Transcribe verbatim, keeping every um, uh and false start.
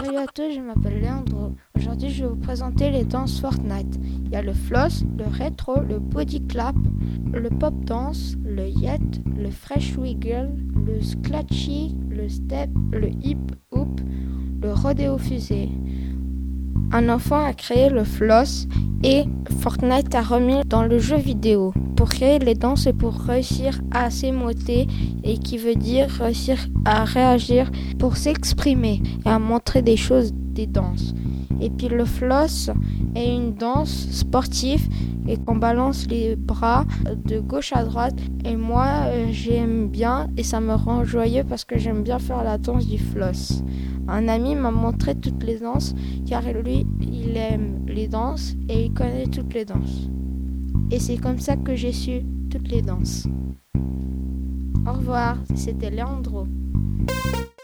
Salut à tous, je m'appelle Leandro. Aujourd'hui, je vais vous présenter les danses Fortnite. Il y a le floss, le rétro, le body clap, le pop dance, le yet, le fresh wiggle, le scratchy, le step, le hip hoop, le rodéo fusée. Un enfant a créé le floss et Fortnite a remis dans le jeu vidéo pour créer les danses et pour réussir à s'émoter, et qui veut dire réussir à réagir pour s'exprimer et à montrer des choses, des danses. Et puis le floss est une danse sportive et qu'on balance les bras de gauche à droite, et moi euh, j'aime bien et ça me rend joyeux parce que j'aime bien faire la danse du floss. Un ami m'a montré toutes les danses car lui il aime les danses et il connaît toutes les danses. Et c'est comme ça que j'ai su toutes les danses. Au revoir, c'était Leandro.